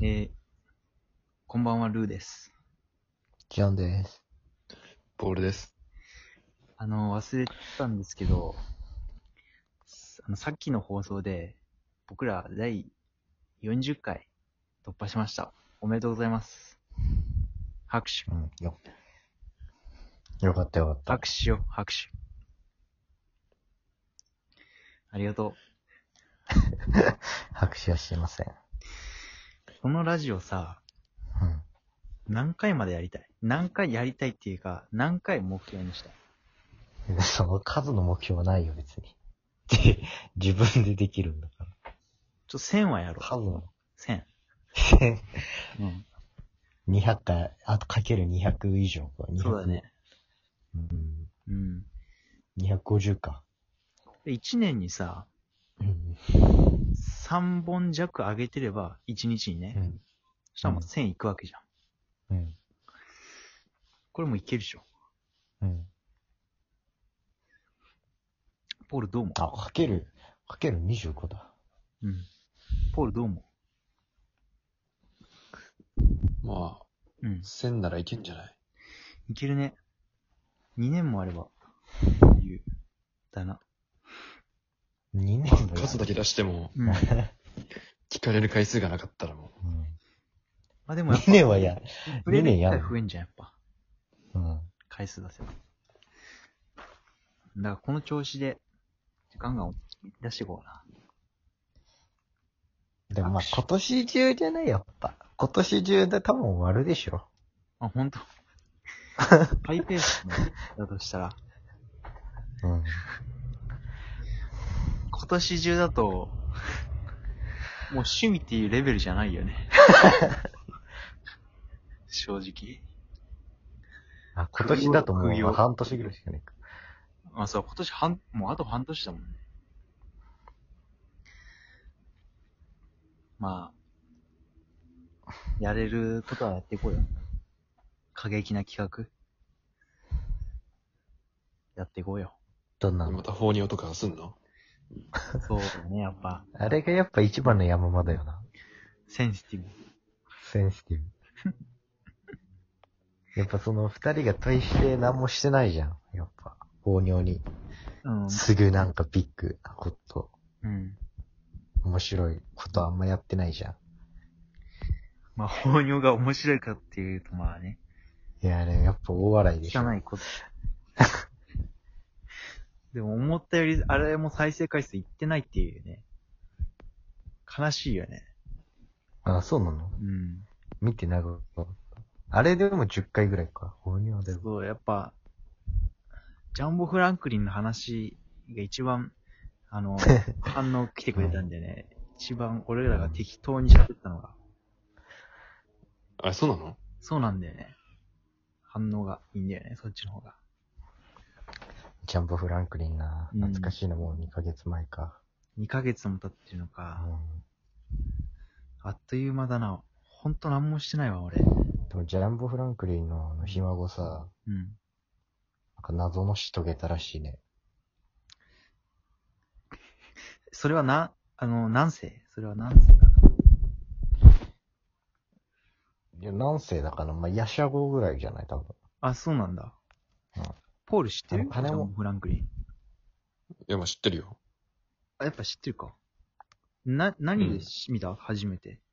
えー、こんばんは、ルーです。 ジョンです。 ポールです。 忘れてたんですけど、さっきの放送で、僕ら第40回突破しました。おめでとうございます。拍手。 よかったよかった。 拍手しよう、拍手。ありがと拍手はしてません。 う。このラジオさ、 う何回までやりたい？何回やりたいっていうか、何回目標にしたい？ ん。その数の目標はないよ、別に。で、自分でできるんだから。 1000はやろう。 数の。 1000。うん。 200回、あとかける200以上か。 そうだね。 うん。 うん。 250か。 で、1年にさ、 うん。 3本弱上げてれば、1日にね。そしたらもう1000いくわけじゃん。 うん。 これもいけるでしょ。 うん。 ポールどう思あ、かける25だ。 う？うん。ポールどう思まあ、 う？うん。 1000ならいけんじゃない？ いけるね。2年もあれば、いう。だな。 2年も数だけ出しても、 うん。 聞かれる回数がなかったらもうん。 まあでもやっぱ、 2年はや、 プレイ 2年や回増えんじゃん、やっぱ。 うん。 回数出せば。だからこの調子で、ガンガン出していこうな。 でもまあ今年中じゃない、やっぱ。今年中で多分終わるでしょ。 あ、ほんと。ハイペースね。だとしたら。 うん。 今年中だと、もう趣味っていうレベルじゃないよね。正直。 あ、今年だとも副業う半年ぐらいしかないか。 あ、そう、今年もうあと半年だもんね。まあ、やれることはやっていこうよ。過激な企画。やっていこうよ。 う、 どんなの？ また放尿とかすんの？ そうだね、やっぱ。 あれがやっぱ一番の山場だよな。 センシティブ。 センシティブ。やっぱその二人が対して何もしてないじゃん。やっぱ、放尿に。 うん。 すぐなんかビッグなこと、 うん。 面白いことあんまやってないじゃん。 まあ、放尿が面白いかっていうと、まあね。 いや、あれやっぱ大笑いでしょ。 汚いこと。でも思ったより、あれも再生回数いってないっていうね。悲しいよね。 あ、そうなの？ うん。 見てなかった。あれでも10回ぐらいか。放尿でも。 そう、やっぱ、ジャンボ・フランクリンの話が一番、反応来てくれたんでね。一番俺らが適当に喋ったのが。 あ、そうなの？ そうなんだよね。反応がいいんだよね、そっちの方が。 ジャンボフランクリンな。 うん懐かしいのもう2ヶ月前か。 2ヶ月も経ってるのうか。 ん。 あっという間だな。ほんと何もしてないわ、俺。 でもジャンボフランクリンのひ孫さ、 うん。 なんか謎の死遂げたらしいね。 それは何世？それは何世かいや、何世だかな。まあ、ヤシャゴぐらいじゃない、多分。 あ、そうなんだ。 うん。 ポール知ってる？ 金もジャンボ・フランクリン。 いや、まあ知ってるよ。 あ、やっぱ知ってるか。何で見た？初めて。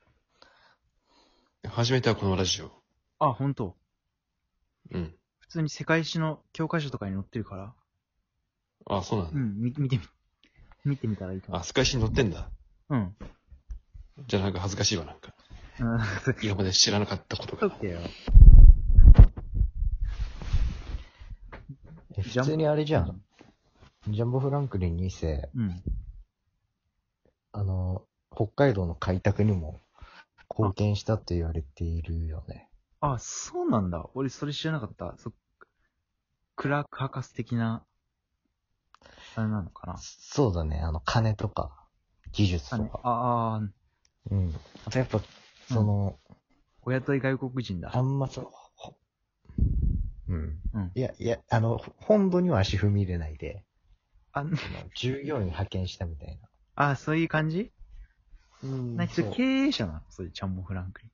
初めてはこのラジオ。 あ、ほんと。 うん。 普通に世界史の教科書とかに載ってるから。 あ、そうなんだ。 見てみたらいいと思あ、世界史に載ってんだ。 う。うん。 じゃあなんか恥ずかしいわ、なんか。今まで知らなかったことが。 撮ってよ。 普通にあれじゃん。ジャンボフランクリン2世、 うん。 北海道の開拓にも貢献したと言われているよね。 あ、そうなんだ。俺それ知らなかった。クラーク博士的な、あれなのかな。 そうだね、金とか、技術とか。うん。あとやっぱ、 お雇い外国人だ。 あんまうん。 うん。 いや、本土には足踏み入れないで、 あ、 従業員派遣したみたいな。 そういう感じ？ なんか経営者なのそれ、ジャンボフランクリン。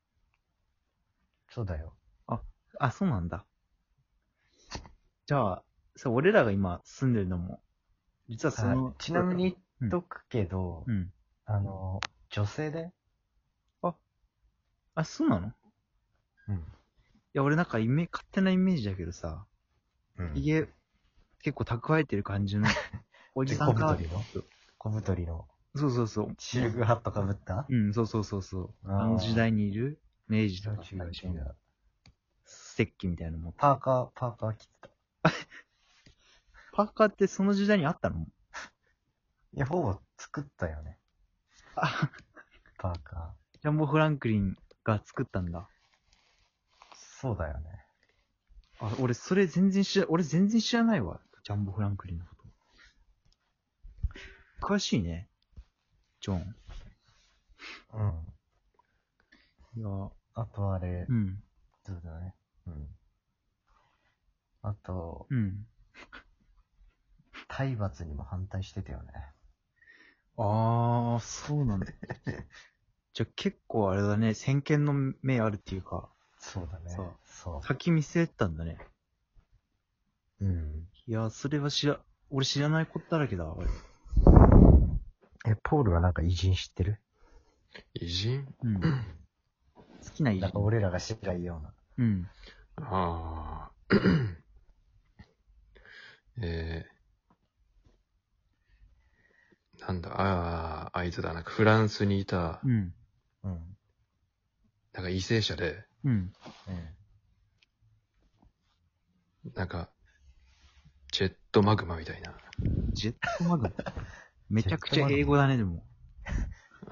そうだよ。 あ、そうなんだ。じゃあ、俺らが今住んでるのも、実はその、 ちなみに言っとくけど、 うん。 女性であ、そうなの？ うん。 いや、俺なんか勝手なイメージだけどさ、家、結構蓄えてる感じの、おじさんか。 小太りの。 そうそうそう。 シルクハットかぶった？ うん、そうそうそうそう。あの時代にいる、明治とか違う。 ステッキみたいなの持って。 パーカー着てた。 パーカーってその時代にあったの？ いや、ほぼ作ったよね。 あ、 パーカジャンボフランクリンが作ったんだ。 そうだよね。 あ、俺全然知らないわ。ジャンボフランクリンのこと。詳しいね。ジョン。いや、 あとあれ、 うん。 そうだね。あと、体罰にも反対してたよね。 あー、そうなんだ。じゃあ結構あれだね、先見の明あるっていうか。 そうだね。そう。 先見据えたんだね。 うん。 いや、それは俺知らないことだらけだ、俺。 ポールはなんか偉人知ってる？ 偉人？ うん。好きな偉人。 なんか俺らが知らないような。 うん。 ああ。なんだ、あいつだ、なんかフランスにいた、 うん。 なんか為政者で、なんか、ジェットマグマみたいな。 ジェットマグマめちゃくちゃ英語だね、でも。 うん。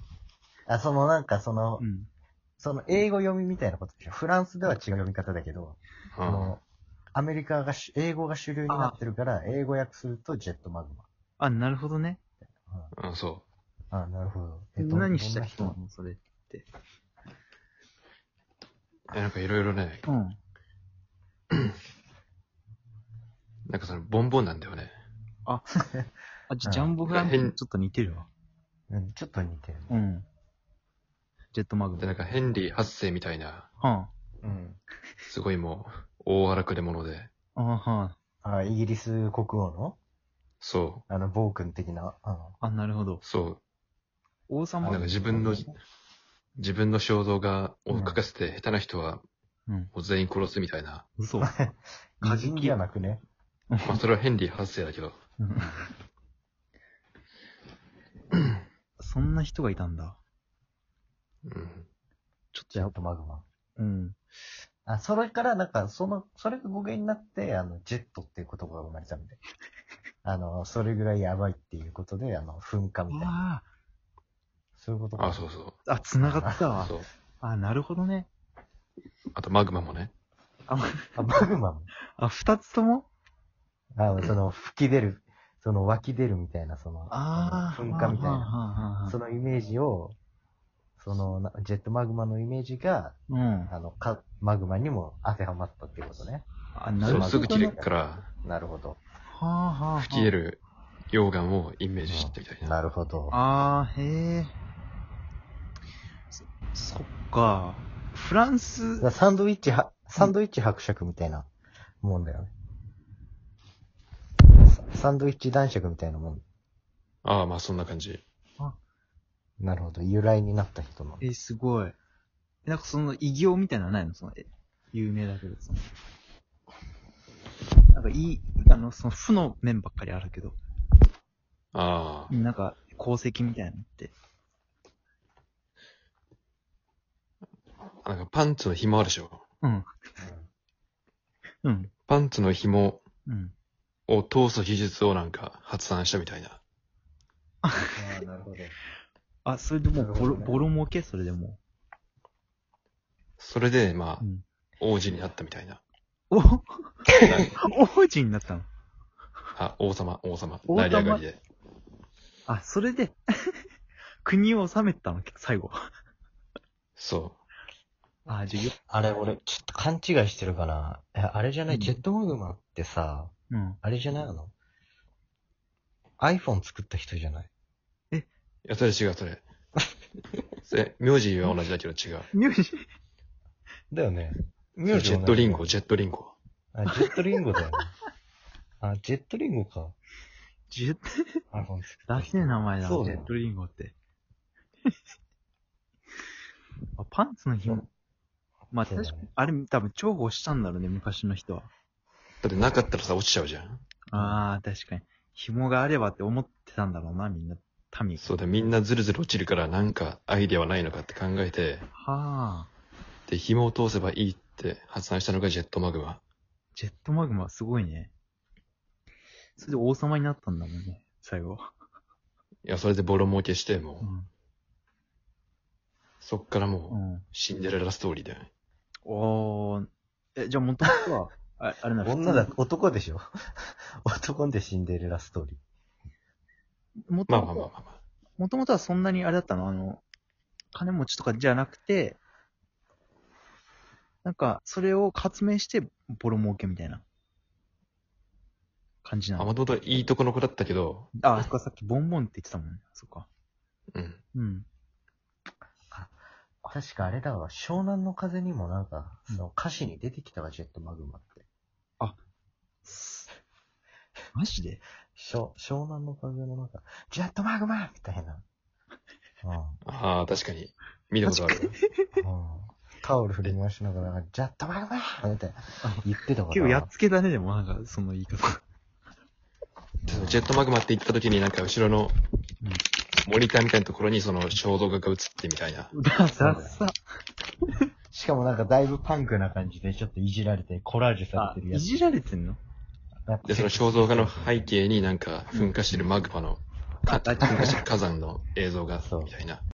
その英語読みみたいなことでしょ。フランスでは違う読み方だけど、アメリカが英語が主流になってるから、英語訳するとジェットマグマ。 あ、なるほどね。 そう。 なるほど。 何した人なのそれって。 なんかいろいろね、なんかそのボンボンなんだよね。 ジャンボフランクちょっと似てるわ。 ちょっと似てる。 ジェットマグマ。 で、なんかヘンリー8世みたいな、すごいもう、大荒くれ者で。 イギリス国王のそう。 暴君的な。 なるほど。 そう。 王様なんか自分の肖像画を描かせて、下手な人は、もう全員殺すみたいな。 嘘。 過激じゃなくね。 まあそれはヘンリー8世だけど。 そんな人がいたんだ。 ちょっとマグマ。 うん。 それから、なんか、それが語源になって、ジェットっていう言葉が生まれたんで。それぐらいやばいっていうことで、噴火みたいな。そういうことか。 そうそう。 繋がったわ。 そう。 なるほどね。 あとマグマもね。 マグマも。 二つとも吹き出る、湧き出るみたいな、噴火みたいな。そのイメージを、ジェットマグマのイメージが、マグマにも当てはまったっていうことね。 なるほど。すぐ切れるから、 なるほど。 吹き出る溶岩をイメージしてみたいな。 なるほど。 へえ。そっか。フランス。 サンドイッチ伯爵みたいなもんだよね。サンドイッチ男爵みたいなもん。 まあそんな感じ。 なるほど。由来になった人の。 すごい。なんかその偉業みたいなのないの有名だけど、なんかその負の面ばっかりあるけど。なんか功績みたいなのって。 なんかパンツの紐あるでしょ。パンツの紐を通す技術をなんか発案したみたいな。 なるほど。 それでもうボロ儲けそれでも。 それで、まあ、王子になったみたいな。 王子になったの？ 王様。成り上がりで。 それで、国を治めたの、最後。 そう。 あれ、俺、ちょっと勘違いしてるかな。あれじゃない、ジェットマグマってさ、あれじゃないiPhone 作った人じゃない？ や、それ違う、それ。名字は同じだけど違う。 名字だよね。 ジェットリンゴ、ジェットリンゴ。 あ、ジェットリンゴだよね。あ、ジェットリンゴか。 ジェット、 あ、 ダセえ名前だ、ジそうだよェットリンゴって。あ、パンツの紐。まあ、確かに、あれ多分重宝したんだろうね、昔の人は。 だってなかったらさ、落ちちゃうじゃん。 ああ、確かに。紐があればって思ってたんだろうな、みんな。民。 そうだ、みんなズルズル落ちるからなんかアイデアはないのかって考えて、 はあ。 で、紐を通せばいいって発案したのがジェットマグマ。 ジェットマグマすごいね。それで王様になったんだもんね、最後。 いや、それでボロ儲けして、もう、 うん。 そっからうもう、 ん。 シンデレラストーリーだよね。 おー。じゃあ元々は、あれなの男でしょ男でシンデレラストーリー。 まあまあまあまあまあ。 もともとはそんなにあれだったの金持ちとかじゃなくて、なんか、それを発明して、ボロ儲けみたいな感じなの。 もともといいとこの子だったけど、 あ、そっか、さっきボンボンって言ってたもんね。そっか。 うん。 うん。 確かあれだわ、湘南の風にもなんか、その歌詞に出てきたわ、ジェットマグマって。 マジで湘南の風のなんか、ジェットマグマみたいな。 ああ、確かに。見たことある。 タオル振り回しながら、ジェットマグマみたいな。言ってたから。 結構やっつけだね、でもなんか、その言い方。 ジェットマグマって言った時になんか後ろのモニターみたいなところにその肖像画が映ってみたいな。 ダッサ。 しかもなんかだいぶパンクな感じでちょっといじられて、コラージュされてるやつ。 いじられてんので、その肖像画の背景になんか噴火してるマグマの、噴火してる火山の映像が、みたいな。